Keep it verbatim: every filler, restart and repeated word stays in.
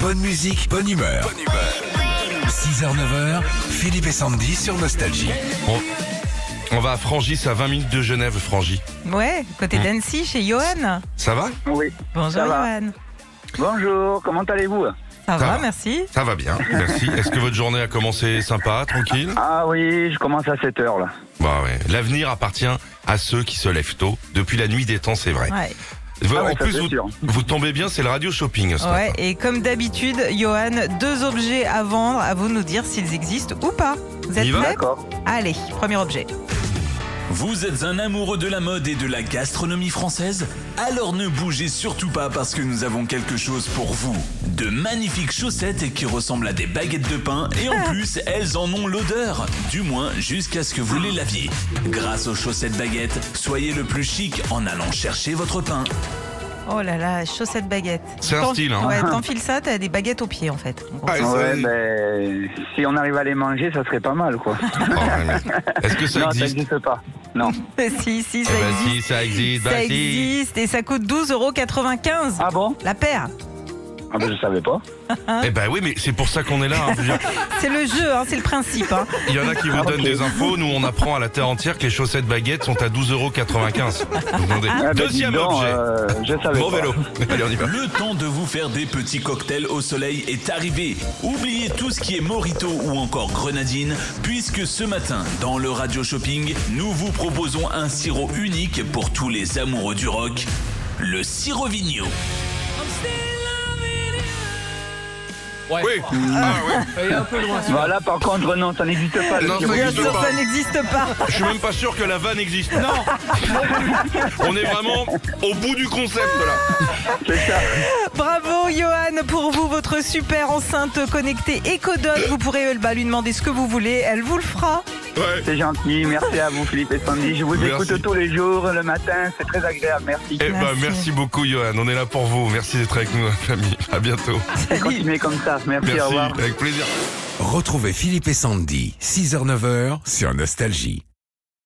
Bonne musique, bonne humeur. Bonne humeur. six heures neuf heures, Philippe et Sandy sur Nostalgie. On, on va à Frangy, c'est à vingt minutes de Genève, Frangy. Ouais, côté Mmh. d'Annecy, chez Johan. Ça va? Oui. Bonjour Ça va. Johan. Bonjour, comment allez-vous? Ça, Ça va, va. merci. Ça va bien, merci. Est-ce que votre journée a commencé sympa, tranquille? Ah oui, je commence à sept heures là. Bah ouais. L'avenir appartient à ceux qui se lèvent tôt. Depuis la nuit des temps, c'est vrai. Ouais. Vous- Ah ouais, en ça, plus, c'est vous, sûr. vous tombez bien, c'est le radio shopping ce Ouais, matin. et comme d'habitude, Johan, deux objets à vendre. À vous de nous dire s'ils existent ou pas. Vous êtes y va prêts? D'accord. Allez, premier objet. Vous êtes un amoureux de la mode et de la gastronomie française? Alors ne bougez surtout pas parce que nous avons quelque chose pour vous. De magnifiques chaussettes qui ressemblent à des baguettes de pain et en plus, elles en ont l'odeur. Du moins, jusqu'à ce que vous les laviez. Grâce aux chaussettes baguettes, soyez le plus chic en allant chercher votre pain. Oh là là, chaussettes baguettes. C'est un T'en- style, hein. Ouais, t'enfiles ça, t'as des baguettes aux pieds en fait. Ah, et Ouais, ça- ben, si on arrive à les manger, ça serait pas mal quoi. Oh, ouais, mais Est-ce que ça non, ça existe? n'existe pas. Non. si, si, ça Eh ben existe. si, ça existe. Bah Ça si. existe et ça coûte douze euros quatre-vingt-quinze. Ah bon? La paire. Ah ben je savais pas. Eh ben oui, mais c'est pour ça qu'on est là. hein. Je veux dire, C'est le jeu, hein, c'est le principe. Hein. Il y en a qui vous Ah, donnent ok. des infos. Nous, on apprend à la terre entière que les chaussettes baguettes sont à douze euros quatre-vingt-quinze. Attendez. Ah, ben, Deuxième dis donc, objet. euh, je savais Mon pas. vélo. Allez, on y va. Le temps de vous faire des petits cocktails au soleil est arrivé. Oubliez tout ce qui est mojito ou encore grenadine, puisque ce matin, dans le Radio Shopping, nous vous proposons un sirop unique pour tous les amoureux du rock, le sirop Vigno. Oui. Ah ouais. Voilà, par contre, non, ça n'existe pas. le Non, sirop. ça Bien n'existe sûr, pas. ça n'existe pas. Je suis même pas sûr que la vanne existe. Non. On est vraiment au bout du concept là. C'est ça. Bravo Johan, pour vous, votre super enceinte connectée Ecodot. Vous pourrez bah, lui demander ce que vous voulez, elle vous le fera. Ouais. C'est gentil. Merci à vous, Philippe et Sandy. Je vous Merci. écoute tous les jours, le matin. C'est très agréable. Merci. Eh ben, Merci. merci beaucoup, Johan. On est là pour vous. Merci d'être avec nous, la famille. À bientôt. Continuez comme ça. Merci, au Merci. revoir. Avec plaisir. Retrouvez Philippe et Sandy, six heures neuf heures sur Nostalgie.